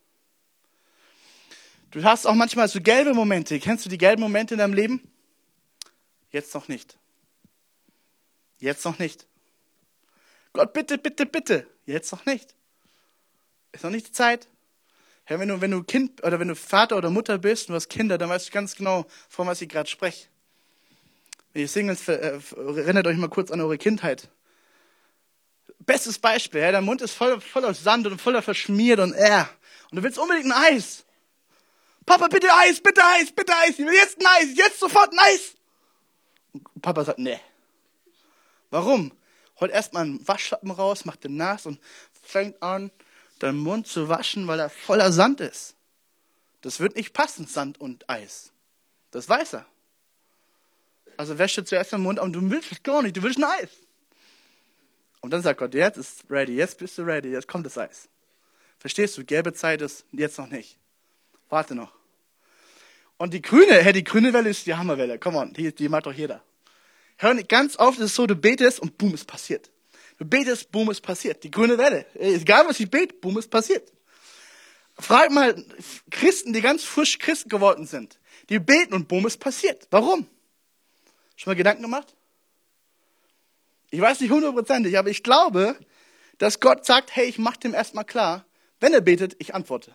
Du hast auch manchmal so gelbe Momente. Kennst du die gelben Momente in deinem Leben? Jetzt noch nicht. Jetzt noch nicht. Gott, bitte, bitte, bitte. Jetzt noch nicht. Ist noch nicht die Zeit. Herr, wenn du, wenn du Kind oder wenn du Vater oder Mutter bist und du hast Kinder, dann weißt du ganz genau, von was ich gerade spreche. Wenn ihr Singles, äh, erinnert euch mal kurz an eure Kindheit. Bestes Beispiel, ja, der Mund ist voll, voller Sand und voller verschmiert und äh. Und du willst unbedingt ein Eis. Papa, bitte Eis, bitte Eis, bitte Eis. Ich will jetzt ein Eis, jetzt sofort ein Eis. Und Papa sagt, nee. Warum? Holt erstmal einen Waschlappen raus, macht den nass und fängt an, deinen Mund zu waschen, weil er voller Sand ist. Das wird nicht passen, Sand und Eis. Das weiß er. Also wäscht er zuerst den Mund, aber du willst es gar nicht, du willst ein Eis. Und dann sagt Gott, jetzt ist ready, jetzt bist du ready, jetzt kommt das Eis. Verstehst du, gelbe Zeit ist jetzt noch nicht. Warte noch. Und die grüne, hey, die grüne Welle ist die Hammerwelle, come on, die, die macht doch jeder. Hör nicht, ganz oft ist es so, du betest und boom, ist passiert. Du betest, boom, ist passiert. Die grüne Welle, egal was ich bete, boom, ist passiert. Frag mal Christen, die ganz frisch Christen geworden sind. Die beten und boom, ist passiert. Warum? Schon mal Gedanken gemacht? Ich weiß nicht hundertprozentig, aber ich glaube, dass Gott sagt, hey, ich mache dem erstmal klar, wenn er betet, ich antworte.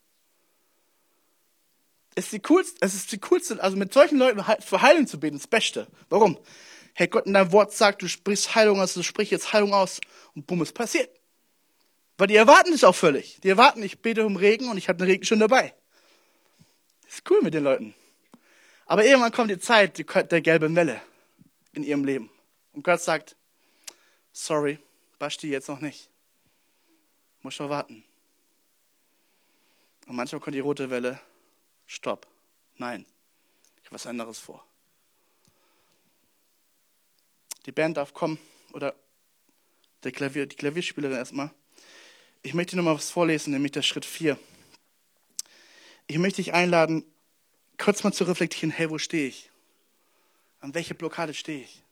Es ist die coolste, es ist die coolste, also mit solchen Leuten für Heilung zu beten, das Beste. Warum? Hey, Gott in deinem Wort sagt, du sprichst Heilung aus, du sprichst jetzt Heilung aus und bumm, es passiert. Weil die erwarten es auch völlig. Die erwarten, ich bete um Regen und ich habe den Regen schon dabei. Das ist cool mit den Leuten. Aber irgendwann kommt die Zeit der gelben Welle in ihrem Leben. Und Gott sagt, sorry, Basti, jetzt noch nicht. Muss schon warten. Und manchmal kommt die rote Welle, stopp, nein, ich habe was anderes vor. Die Band darf kommen, oder der Klavier, die Klavierspielerin erstmal. Ich möchte noch mal was vorlesen, nämlich der Schritt vier. Ich möchte dich einladen, kurz mal zu reflektieren, hey, wo stehe ich? An welche Blockade stehe ich?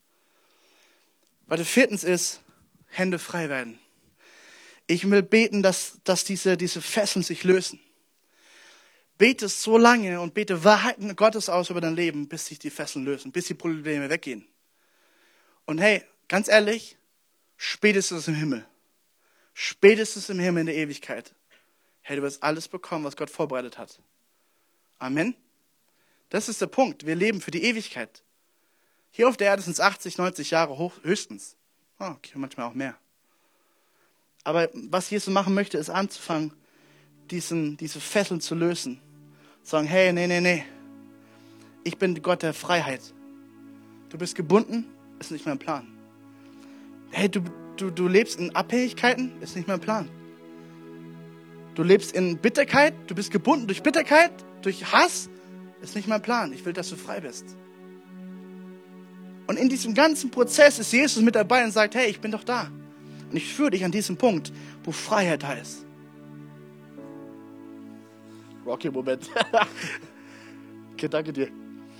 Weil viertens ist, Hände frei werden. Ich will beten, dass, dass diese, diese Fesseln sich lösen. Bete so lange und bete Wahrheiten Gottes aus über dein Leben, bis sich die Fesseln lösen, bis die Probleme weggehen. Und hey, ganz ehrlich, spätestens im Himmel, spätestens im Himmel in der Ewigkeit, hey, du wirst alles bekommen, was Gott vorbereitet hat. Amen. Das ist der Punkt. Wir leben für die Ewigkeit. Hier auf der Erde sind es achtzig, neunzig Jahre hoch, höchstens. Oh, okay, manchmal auch mehr. Aber was Jesus machen möchte, ist anzufangen, diesen, diese Fesseln zu lösen. Sagen, hey, nee, nee, nee. Ich bin Gott der Freiheit. Du bist gebunden, ist nicht mein Plan. Hey, du, du, du lebst in Abhängigkeiten, ist nicht mein Plan. Du lebst in Bitterkeit, du bist gebunden durch Bitterkeit, durch Hass, ist nicht mein Plan. Ich will, dass du frei bist. Und in diesem ganzen Prozess ist Jesus mit dabei und sagt, hey, ich bin doch da. Und ich führe dich an diesen Punkt, wo Freiheit da ist. Rocky Moment. Okay, danke dir.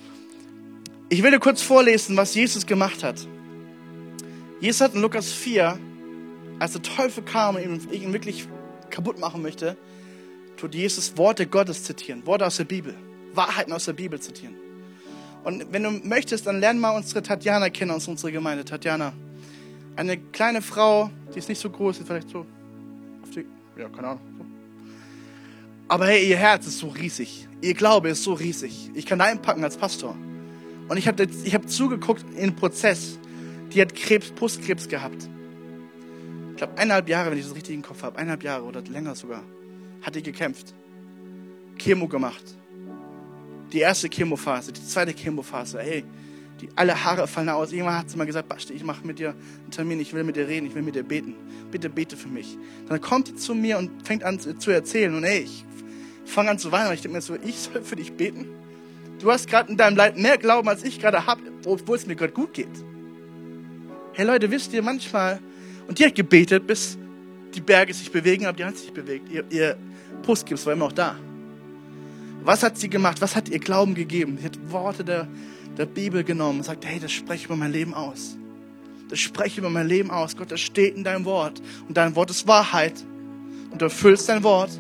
Ich will dir kurz vorlesen, was Jesus gemacht hat. Jesus hat in Lukas vier, als der Teufel kam und ihn wirklich kaputt machen möchte, tut Jesus Worte Gottes zitieren, Worte aus der Bibel, Wahrheiten aus der Bibel zitieren. Und wenn du möchtest, dann lern mal unsere Tatjana kennen aus unserer Gemeinde. Tatjana, eine kleine Frau, die ist nicht so groß, ist vielleicht so, auf die, ja, keine Ahnung. So. Aber hey, ihr Herz ist so riesig, ihr Glaube ist so riesig. Ich kann da einpacken als Pastor. Und ich habe ich hab zugeguckt in den Prozess. Die hat Krebs, Brustkrebs gehabt. Ich glaube, eineinhalb Jahre, wenn ich das richtig im Kopf habe, eineinhalb Jahre oder länger sogar, hat die gekämpft. Chemo gemacht. Die erste Chemophase, die zweite Chemophase, hey, die, alle Haare fallen aus. Irgendwann hat sie mal gesagt, Basti, ich mache mit dir einen Termin, ich will mit dir reden, ich will mit dir beten. Bitte bete für mich. Dann kommt die zu mir und fängt an zu erzählen und hey, ich fange an zu weinen und ich denke mir so, ich soll für dich beten? Du hast gerade in deinem Leid mehr Glauben, als ich gerade habe, obwohl es mir gerade gut geht. Hey Leute, wisst ihr manchmal, und die hat gebetet, bis die Berge sich bewegen, aber die hat sich nicht bewegt. Ihr, ihr Brustkrebs war immer noch da. Was hat sie gemacht? Was hat ihr Glauben gegeben? Sie hat Worte der, der Bibel genommen und sagt, hey, das spreche ich über mein Leben aus. Das spreche ich über mein Leben aus. Gott, das steht in deinem Wort. Und dein Wort ist Wahrheit. Und du erfüllst dein Wort.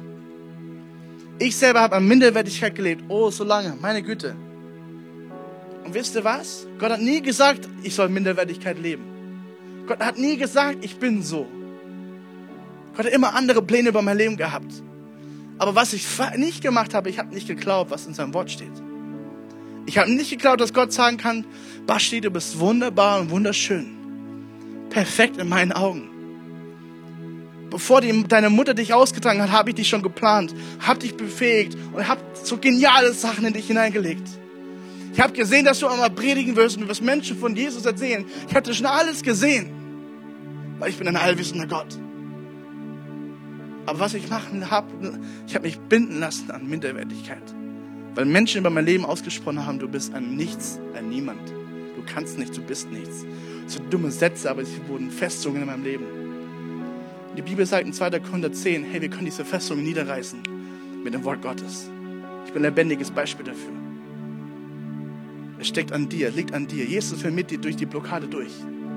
Ich selber habe an Minderwertigkeit gelebt. Oh, so lange. Meine Güte. Und wisst ihr was? Gott hat nie gesagt, ich soll Minderwertigkeit leben. Gott hat nie gesagt, ich bin so. Gott hat immer andere Pläne über mein Leben gehabt. Aber was ich nicht gemacht habe, ich habe nicht geglaubt, was in seinem Wort steht. Ich habe nicht geglaubt, dass Gott sagen kann, Basti, du bist wunderbar und wunderschön. Perfekt in meinen Augen. Bevor die, deine Mutter dich ausgetragen hat, habe ich dich schon geplant, habe dich befähigt und habe so geniale Sachen in dich hineingelegt. Ich habe gesehen, dass du einmal predigen wirst und du wirst Menschen von Jesus erzählen. Ich hatte schon alles gesehen, weil ich bin ein allwissender Gott. Aber was ich machen habe, ich habe mich binden lassen an Minderwertigkeit. Weil Menschen über mein Leben ausgesprochen haben, du bist ein Nichts, ein Niemand. Du kannst nichts, du bist nichts. So dumme Sätze, aber sie wurden Festungen in meinem Leben. Und die Bibel sagt in zweiter Korinther zehn, hey, wir können diese Festungen niederreißen mit dem Wort Gottes. Ich bin ein lebendiges Beispiel dafür. Es steckt an dir, liegt an dir. Jesus will mit dir durch die Blockade durch.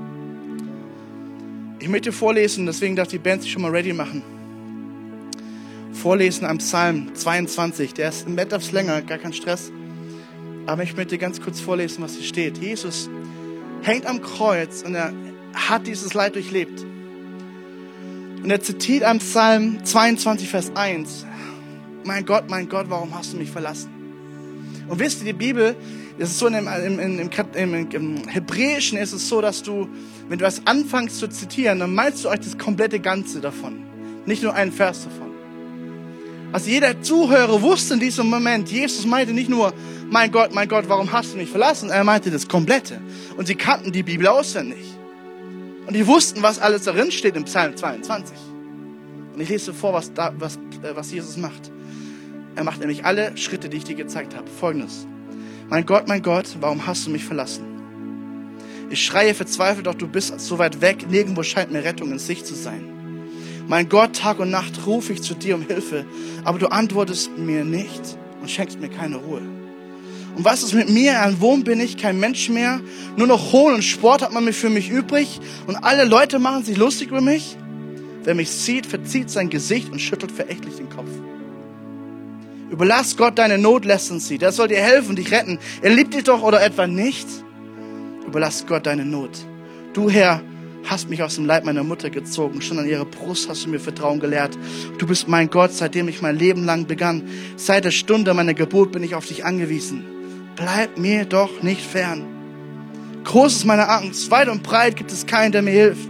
Ich möchte vorlesen, deswegen darf die Band sich schon mal ready machen. Vorlesen am Psalm zweiundzwanzig. Der ist etwas länger, gar kein Stress. Aber ich möchte ganz kurz vorlesen, was hier steht. Jesus hängt am Kreuz und er hat dieses Leid durchlebt. Und er zitiert am Psalm zweiundzwanzig, Vers eins. Mein Gott, mein Gott, warum hast du mich verlassen? Und wisst ihr, die Bibel, das ist so im, im, im, im, im Hebräischen ist es so, dass du, wenn du das anfängst zu zitieren, dann meinst du euch das komplette Ganze davon. Nicht nur einen Vers davon. Also jeder Zuhörer wusste in diesem Moment, Jesus meinte nicht nur, mein Gott, mein Gott, warum hast du mich verlassen? Er meinte das Komplette. Und sie kannten die Bibel auswendig. Und die wussten, was alles darin steht im Psalm zweiundzwanzig. Und ich lese vor, was, da, was, äh, was Jesus macht. Er macht nämlich alle Schritte, die ich dir gezeigt habe. Folgendes. Mein Gott, mein Gott, warum hast du mich verlassen? Ich schreie verzweifelt, doch du bist so weit weg, nirgendwo scheint mir Rettung in Sicht zu sein. Mein Gott, Tag und Nacht rufe ich zu dir um Hilfe, aber du antwortest mir nicht und schenkst mir keine Ruhe. Und was ist mit mir? Ein Wurm bin ich, kein Mensch mehr. Nur noch Hohn und Sport hat man für mich übrig und alle Leute machen sich lustig über mich. Wer mich sieht, verzieht sein Gesicht und schüttelt verächtlich den Kopf. Überlass Gott deine Not, lässt sie. Der soll dir helfen, dich retten. Er liebt dich doch oder etwa nicht? Überlass Gott deine Not. Du, Herr, hast mich aus dem Leib meiner Mutter gezogen. Schon an ihrer Brust hast du mir Vertrauen gelehrt. Du bist mein Gott, seitdem ich mein Leben lang begann. Seit der Stunde meiner Geburt bin ich auf dich angewiesen. Bleib mir doch nicht fern. Groß ist meine Angst. Weit und breit gibt es keinen, der mir hilft.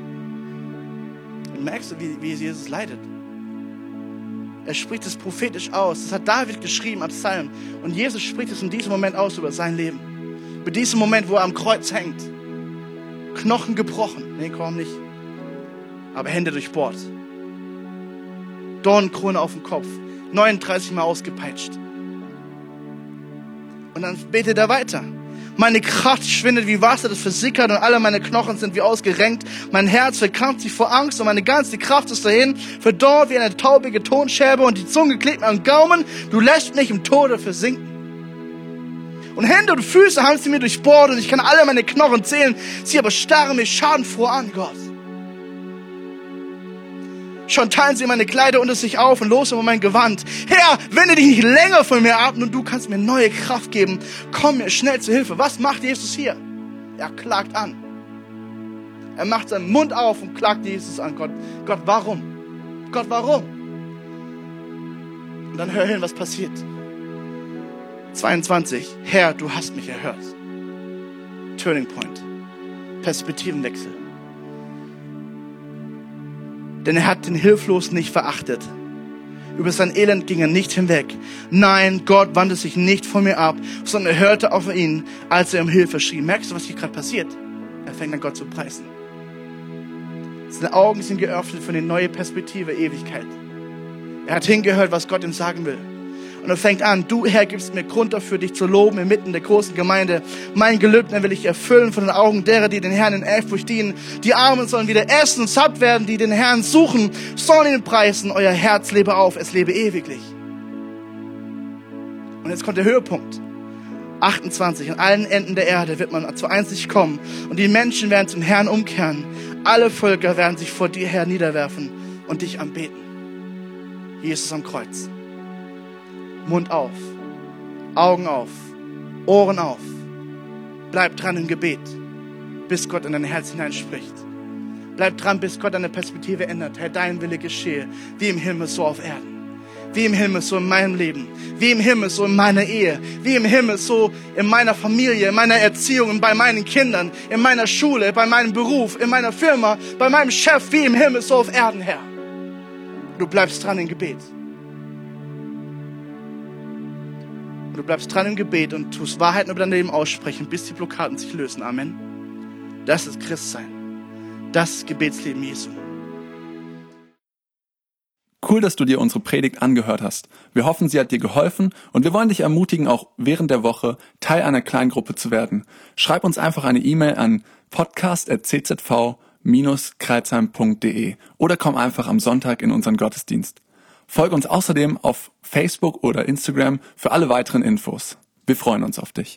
Und merkst du, wie, wie Jesus leidet? Er spricht es prophetisch aus. Das hat David geschrieben am Psalm. Und Jesus spricht es in diesem Moment aus über sein Leben. Über diesen Moment, wo er am Kreuz hängt. Knochen gebrochen. Nee, komm nicht. Aber Hände durchbohrt. Dornenkrone auf dem Kopf. neununddreißig Mal ausgepeitscht. Und dann betet er weiter. Meine Kraft schwindet wie Wasser, das versickert und alle meine Knochen sind wie ausgerenkt. Mein Herz verkrampft sich vor Angst und meine ganze Kraft ist dahin, verdorrt wie eine taubige Tonscherbe und die Zunge klebt mir am Gaumen. Du lässt mich im Tode versinken. Und Hände und Füße haben sie mir durchbohrt und ich kann alle meine Knochen zählen. Sie aber starren mich schadenfroh an, Gott. Schon teilen sie meine Kleider unter sich auf und los über mein Gewand. Herr, wende dich nicht länger von mir ab und du kannst mir neue Kraft geben. Komm mir schnell zu Hilfe. Was macht Jesus hier? Er klagt an. Er macht seinen Mund auf und klagt Jesus an. Gott, Gott, warum? Gott, warum? Und dann hör hin, was passiert. zweiundzwanzig. Herr, du hast mich erhört. Turning Point. Perspektivenwechsel. Denn er hat den Hilflosen nicht verachtet. Über sein Elend ging er nicht hinweg. Nein, Gott wandte sich nicht von mir ab, sondern er hörte auf ihn, als er um Hilfe schrie. Merkst du, was hier gerade passiert? Er fängt an, Gott zu preisen. Seine Augen sind geöffnet für eine neue Perspektive, Ewigkeit. Er hat hingehört, was Gott ihm sagen will. Und er fängt an, du Herr gibst mir Grund dafür, dich zu loben inmitten der großen Gemeinde. Mein Gelübde will ich erfüllen von den Augen derer, die den Herrn in Ehrfurcht dienen. Die Armen sollen wieder essen und satt werden, die den Herrn suchen, sollen ihn preisen. Euer Herz lebe auf, es lebe ewiglich. Und jetzt kommt der Höhepunkt. achtundzwanzig. An allen Enden der Erde wird man zur Einsicht kommen und die Menschen werden zum Herrn umkehren. Alle Völker werden sich vor dir her niederwerfen und dich anbeten. Jesus am Kreuz. Mund auf, Augen auf, Ohren auf. Bleib dran im Gebet, bis Gott in dein Herz hineinspricht. Bleib dran, bis Gott deine Perspektive ändert. Herr, dein Wille geschehe, wie im Himmel, so auf Erden. Wie im Himmel, so in meinem Leben. Wie im Himmel, so in meiner Ehe. Wie im Himmel, so in meiner Familie, in meiner Erziehung, bei meinen Kindern, in meiner Schule, bei meinem Beruf, in meiner Firma, bei meinem Chef. Wie im Himmel, so auf Erden, Herr. Du bleibst dran im Gebet. Du bleibst dran im Gebet und tust Wahrheiten über dein Leben aussprechen, bis die Blockaden sich lösen. Amen. Das ist Christsein. Das ist Gebetsleben Jesu. Cool, dass du dir unsere Predigt angehört hast. Wir hoffen, sie hat dir geholfen und wir wollen dich ermutigen, auch während der Woche Teil einer Kleingruppe zu werden. Schreib uns einfach eine E-Mail an podcast at c z v dash kreuzheim punkt d e oder komm einfach am Sonntag in unseren Gottesdienst. Folge uns außerdem auf Facebook oder Instagram für alle weiteren Infos. Wir freuen uns auf dich.